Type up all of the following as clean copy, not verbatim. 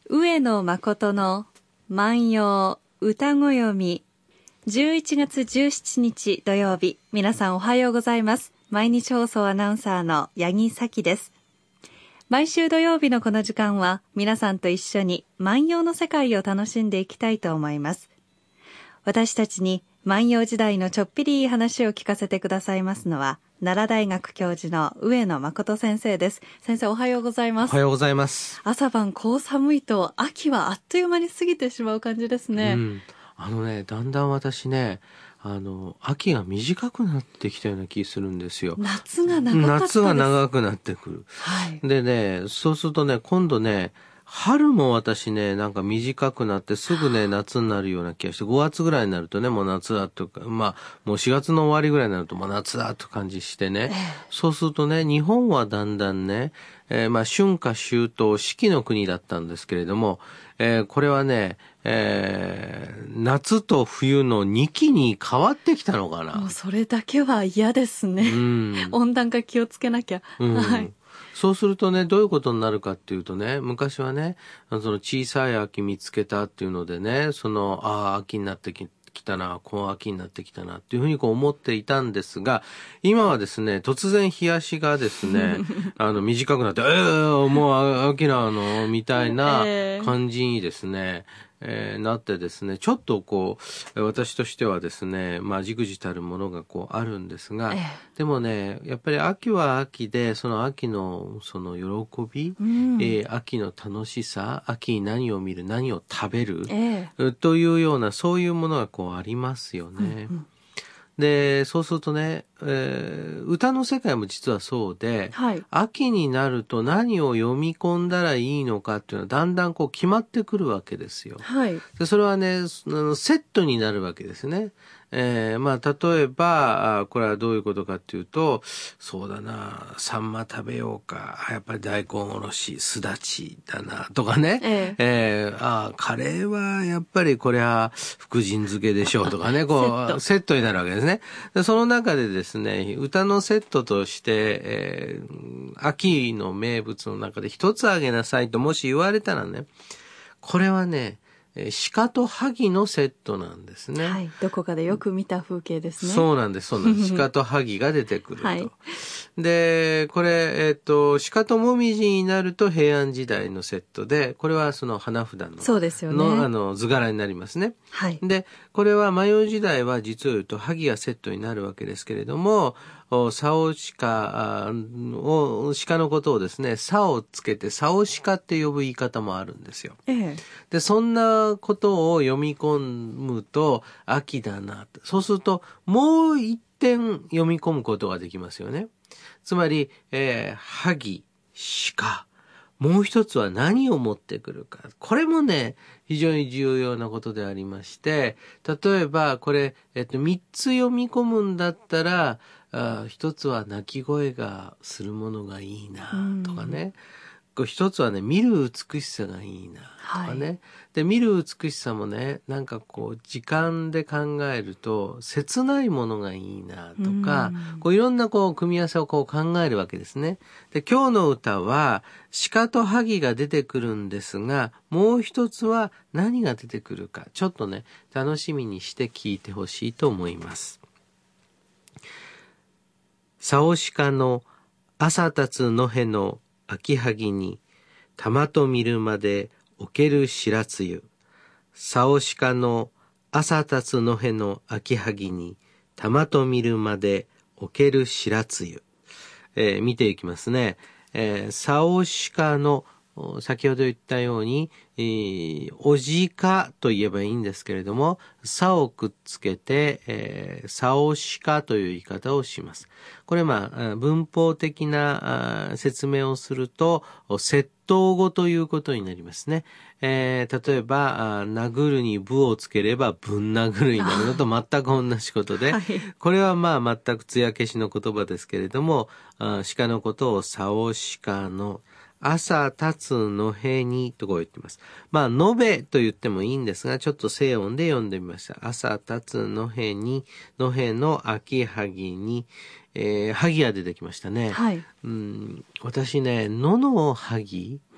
上野誠の万葉歌ご読み、11月17日土曜日、皆さんおはようございます。毎日放送アナウンサーの八木咲です。毎週土曜日のこの時間は皆さんと一緒に万葉の世界を楽しんでいきたいと思います。私たちに万葉時代のちょっぴりいい話を聞かせてくださいますのは、奈良大学教授の上野誠先生です。先生、おはようございます。 おはようございます。 朝晩こう寒いと秋はあっという間に過ぎてしまう感じですね。 だんだん私ね、秋が短くなってきたような気するんですよ。 夏が長かったです。 夏が長くなってくる。 はい。 でね、そうするとね、今度ね、春も私ね、なんか短くなってすぐね、夏になるような気がして、5月ぐらいになるとね、もう夏だとか、もう4月の終わりぐらいになるともう夏だと感じしてね、そうするとね、日本はだんだんね、春夏秋冬四季の国だったんですけれども、これはね、夏と冬の2期に変わってきたのかな。 もうそれだけは嫌ですね。温暖化気をつけなきゃ。はい。 そうするとね、どういうことになるかっていうとね、昔はね、その小さい秋見つけたっていうのでね、秋になってきたな、この秋になってきたなっていうふうに思っていたんですが、今はですね、突然日足がですね、短くなって、もう秋なのみたいな感じにですね、なってですね、ちょっと私としてはですね、じくじたるものがあるんですが、でもね、やっぱり秋は秋で、その秋のその喜び、秋の楽しさ、秋に何を見る、何を食べる、というような、そういうものがありますよね。で、そうするとね、歌の世界も実はそうで、 はい、 秋になると何を読み込んだらいいのかっていうのはだんだん決まってくるわけですよ。 はい、 でそれはね、セットになるわけですね。例えば、これはどういうことかっていうと、そうだな、サンマ食べようか、やっぱり大根おろし、すだちだな、とかね、カレーはやっぱりこれは福神漬けでしょうとかね、セットになるわけですね。でその中でですね、歌のセットとして、秋の名物の中で一つあげなさいともし言われたらね、これはね、鹿と萩のセットなんですね。 はい。どこかでよく見た風景ですね。 そうなんです。鹿と萩が出てくると。はい、で、これ、鹿ともみじになると平安時代のセットで、これはその花札の、 そうですよね。 図柄になりますね。 はい。 で、これは万葉時代は実を言うと萩がセットになるわけですけれども、竿鹿のことをですね、竿をつけて竿鹿って呼ぶ言い方もあるんですよ。で、そんなことを読み込むと秋だな。そうするともう一点読み込むことができますよね。つまり、萩、鹿。もう一つは何を持ってくるか。これもね、非常に重要なことでありまして、例えばこれ、3つ読み込むんだったら、一つは鳴き声がするものがいいなとかね。一つはね、見る美しさがいいなとかね。はい、で、見る美しさもね、なんか時間で考えると、切ないものがいいなとか、いろんな組み合わせを考えるわけですね。で、今日の歌は、鹿と萩が出てくるんですが、もう一つは何が出てくるか、ちょっとね、楽しみにして聞いてほしいと思います。竿鹿の朝立つ野辺の秋萩に、玉と見るまで置ける白露。竿鹿の朝立つ野辺の秋萩に、玉と見るまで置ける白露。見ていきますね。竿鹿の先ほど言ったように、おじかと言えばいいんですけれども、さをくっつけて、さおしかという言い方をします。これ文法的な説明をすると、窃盗語ということになりますね。例えば、殴るにぶをつければぶん殴るになるのと全く同じことで、これは全く艶消しの言葉ですけれども、鹿のことをさおしかの朝立つ野辺にと言っています。のべと言ってもいいんですが、ちょっと静音で読んでみました。朝立つ野辺に、野辺の秋萩に、萩が出てきましたね。 はい。 私ね、野の萩、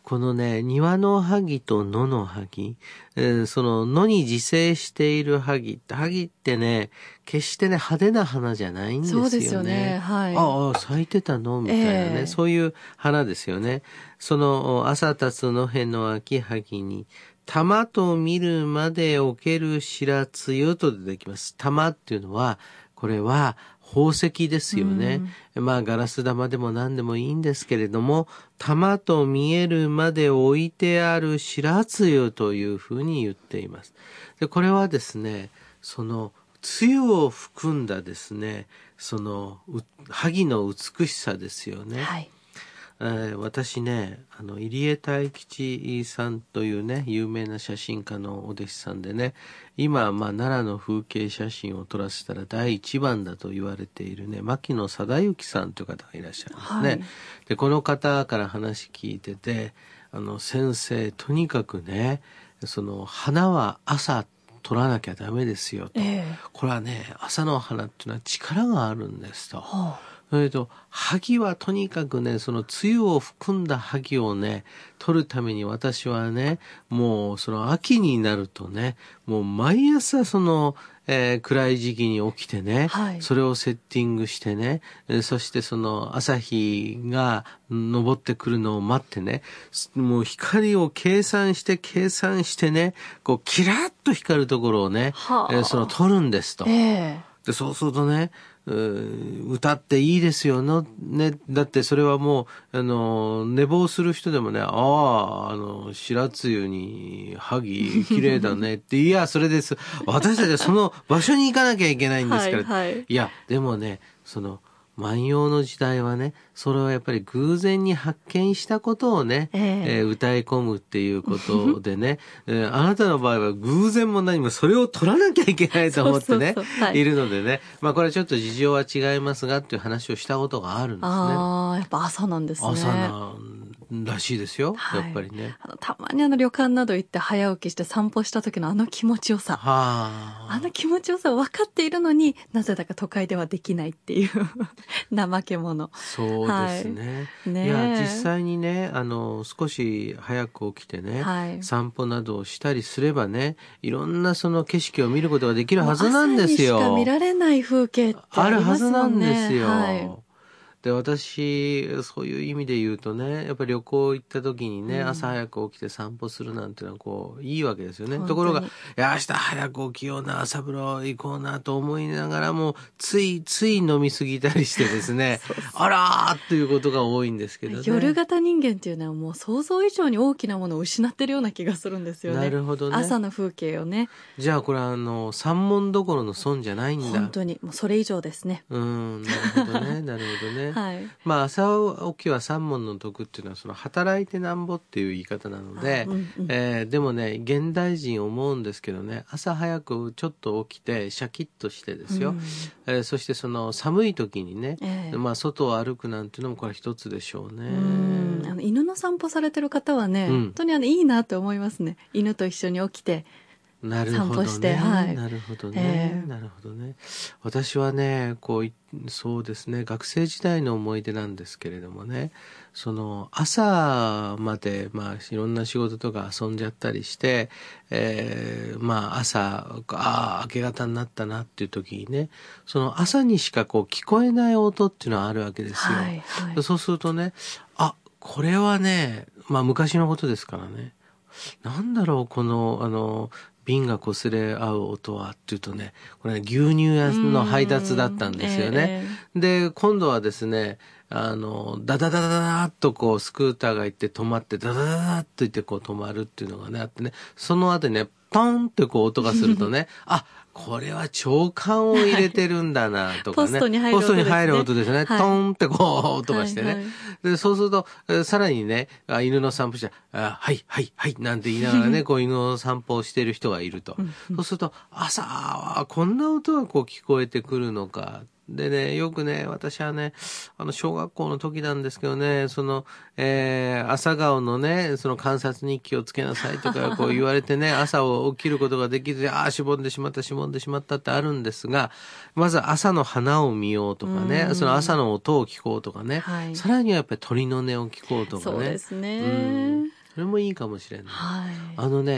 このね、庭の萩と野の萩、その野に自生している萩ってね、決してね、派手な花じゃないんですよね。 そうですよね。はい。 ああ、咲いてたのみたいなね、そういう花ですよね。その、朝立つ野辺の秋萩に、玉と見るまでおける白露と出てきます。玉っていうのは、これは宝石ですよね。まあガラス玉でも何でもいいんですけれども、玉と見えるまで置いてある白露というふうに言っています。で、これはですね、その、露を含んだですね、その、萩の美しさですよね。 はい。 私ね、入江泰吉さんというね、有名な写真家のお弟子さんでね、今、奈良の風景写真を撮らせたら第一番だと言われているね、牧野貞之さんという方がいらっしゃるんですね。はい、で、この方から話聞いてて、先生、とにかくね、その、花は朝撮らなきゃダメですよと。これはね、朝の花っていうのは力があるんですと。それと、萩はとにかくね、その梅雨を含んだ萩をね、取るために私はね、もうその秋になるとね、もう毎朝その、暗い時期に起きてね、はい、それをセッティングしてね、そしてその朝日が昇ってくるのを待ってね、もう光を計算してね、こうキラッと光るところをね、その撮るんですと。で、そうするとね、歌っていいですよね。だってそれはもう、寝坊する人でもね、白露に萩綺麗だねって、いや、それです。私たちはその場所に行かなきゃいけないんですから。はいはい、いや、でもね、その、万葉の時代はね、それをやっぱり偶然に発見したことをね、歌い込むっていうことでね、あなたの場合は偶然も何もそれを取らなきゃいけないと思ってね、いるのでね、まあこれちょっと事情は違いますがっていう話をしたことがあるんですね。 ああ、やっぱ朝なんですね。 朝なんらしいですよ、はい、やっぱりね。 たまに旅館など行って早起きして散歩した時の気持ちよさ。気持ちよさを分かっているのになぜだか都会ではできないっていう怠け者。 そうですね。はい、いや、実際にね、少し早く起きてね、はい、散歩などをしたりすればね、いろんなその景色を見ることができるはずなんですよ。 朝にしか見られない風景ってありますもんね。 あるはずなんですよ。はい、で、私、そういう意味で言うとね、やっぱり旅行行った時にね、朝早く起きて散歩するなんていうのはこう、いいわけですよね。ところが、いや、明日早く起きような、朝風呂行こうなと思いながらも、つい飲みすぎたりしてですね、あらーっていうことが多いんですけどね。 夜型人間っていうのはもう想像以上に大きなものを失ってるような気がするんですよね。 なるほどね。 朝の風景をね。 じゃあこれ三文どころの損じゃないんだ。 本当に、もうそれ以上ですね。 なるほどね、なるほどね。はい、まあ朝起きは三文の徳っていうのはその働いてなんぼっていう言い方なので、でもね現代人思うんですけどね、朝早くちょっと起きてシャキッとしてですよ、そしてその寒い時にね、まあ外を歩くなんていうのもこれ一つでしょうね。 犬の散歩されてる方はね、本当にいいなと思いますね。犬と一緒に起きて散歩して、はい、 なるほどね、なるほどね。私はね、そうですね、学生時代の思い出なんですけれどもね、その朝までまあいろんな仕事とか遊んじゃったりして、まあ朝明け方になったなっていう時にね、その朝にしか聞こえない音っていうのはあるわけですよ。はいはい、そうするとね、これはね、まあ昔のことですからね。なんだろうこの瓶が擦れ合う音はっていうとね、これ、牛乳屋の配達だったんですよね。で、今度はですね、ダダダダダーっとスクーターが行って止まって、ダダダダーっと言って止まるっていうのがね、あってね、その後にね、トンって音がするとね、これは長管を入れてるんだなとかね。 ポストに入る音ですね。 トンって音がしてね。で、そうすると、さらにね、犬の散歩して、はい、はい、はい、なんて言いながらね、犬の散歩をしている人がいると。そうすると、朝はこんな音が聞こえてくるのか。でね、よくね、私はね、小学校の時なんですけどね、朝顔のね、その観察日記をつけなさいとか言われてね、朝を起きることができず、しぼんでしまったってあるんですが、まず朝の花を見ようとかね、その朝の音を聞こうとかね、さらにはやっぱり鳥の音を聞こうとかね。 そうですね。 それもいいかもしれない。 はい。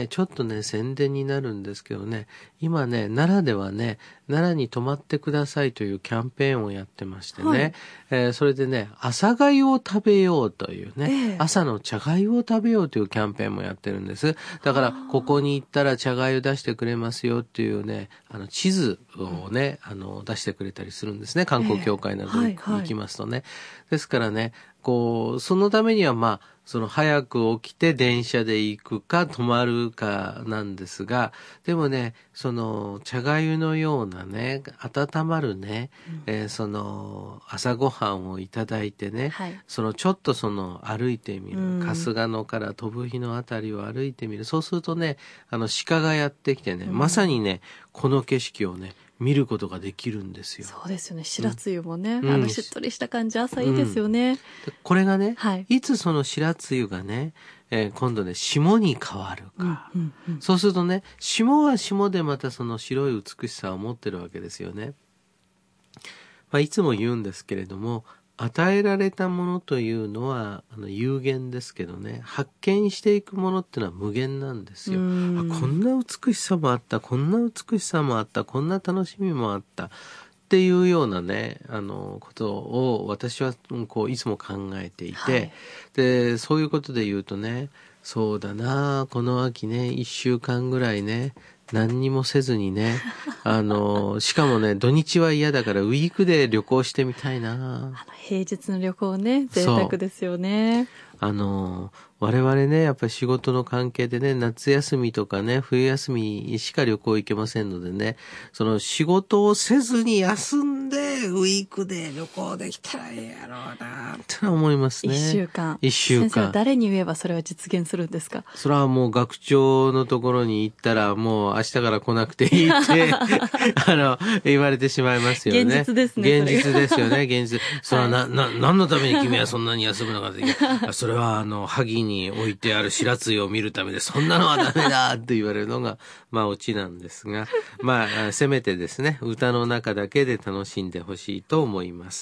ちょっとね、宣伝になるんですけどね、今ね、奈良ではね、奈良に泊まってくださいというキャンペーンをやってましてね、それでね、朝粥を食べようというね、朝の茶粥を食べようというキャンペーンもやってるんです。だから、ここに行ったら茶粥出してくれますよっていうね、地図をね、出してくれたりするんですね。観光協会などに行きますとね。ですからね、そのためには早く起きて電車で行くか泊まるかなんですが、でもね、茶粥のようなね、温まるね、朝ごはんをいただいてね、ちょっと歩いてみる、春日野から飛ぶ日のあたりを歩いてみる。そうするとね、鹿がやってきてね、まさにね、この景色をね、見ることができるんですよ。 そうですよね。白露もね、しっとりした感じ、朝いいですよね。 これがね、いつその白露がね、今度ね、霜に変わるか。そうするとね、霜は霜でまたその白い美しさを持ってるわけですよね。いつも言うんですけれども、与えられたものというのは有限ですけどね、発見していくものってのは無限なんですよ。こんな美しさもあった、こんな美しさもあった、こんな楽しみもあったっていうようなね、ことを私はいつも考えていて、で、そういうことで言うとね、そうだな、この秋ね、1週間ぐらいね、何にもせずにね、しかもね、土日は嫌だからウィークで旅行してみたいな。 平日の旅行ね、贅沢ですよね。 我々ね、やっぱり仕事の関係でね、夏休みとかね、冬休みしか旅行行けませんのでね、その仕事をせずに休んで、ウィークで旅行できたらいいやろうな、って思いますね。 1週間。 1週間。 先生は誰に言えばそれは実現するんですか？ それはもう学長のところに行ったら、もう明日から来なくていいって、言われてしまいますよね。 現実ですね。 現実ですよね、現実。それは何のために君はそんなに休むのかって。それは萩に置いてある白露を見るためで、そんなのはダメだって言われるのが、オチなんですが、せめてですね、歌の中だけで楽しんでほしいと思います。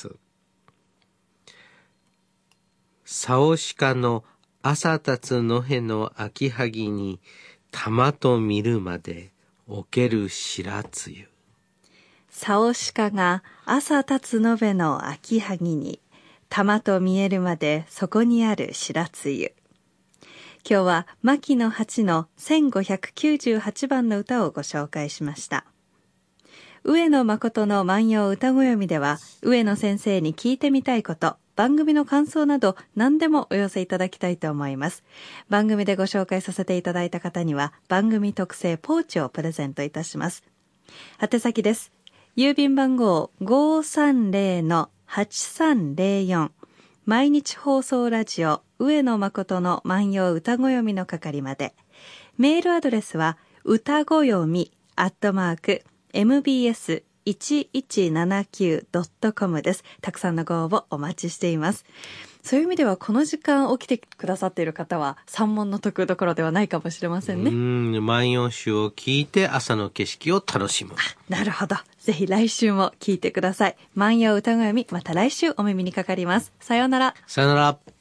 さおしかの朝立つ野辺の秋萩に、玉と見るまで置ける白露。 さおしかが朝立つ野辺の秋萩に、玉と見えるまでそこにある白露。今日は牧野八の1598番の歌をご紹介しました。上野誠の万葉歌ご読みでは、上野先生に聞いてみたいこと、番組の感想など何でもお寄せいただきたいと思います。番組でご紹介させていただいた方には番組特製ポーチをプレゼントいたします。宛先です。郵便番号 530-8304 毎日放送ラジオ上野誠の万葉歌ご読みの係まで。メールアドレスは歌ご読み@mbs1179.com です。たくさんのご応募お待ちしています。そういう意味ではこの時間起きてくださっている方は三文の得どころではないかもしれませんね。 万葉集を聞いて朝の景色を楽しむ。 なるほど。ぜひ来週も聞いてください。万葉歌ご読み、また来週お耳にかかります。さようなら。 さようなら。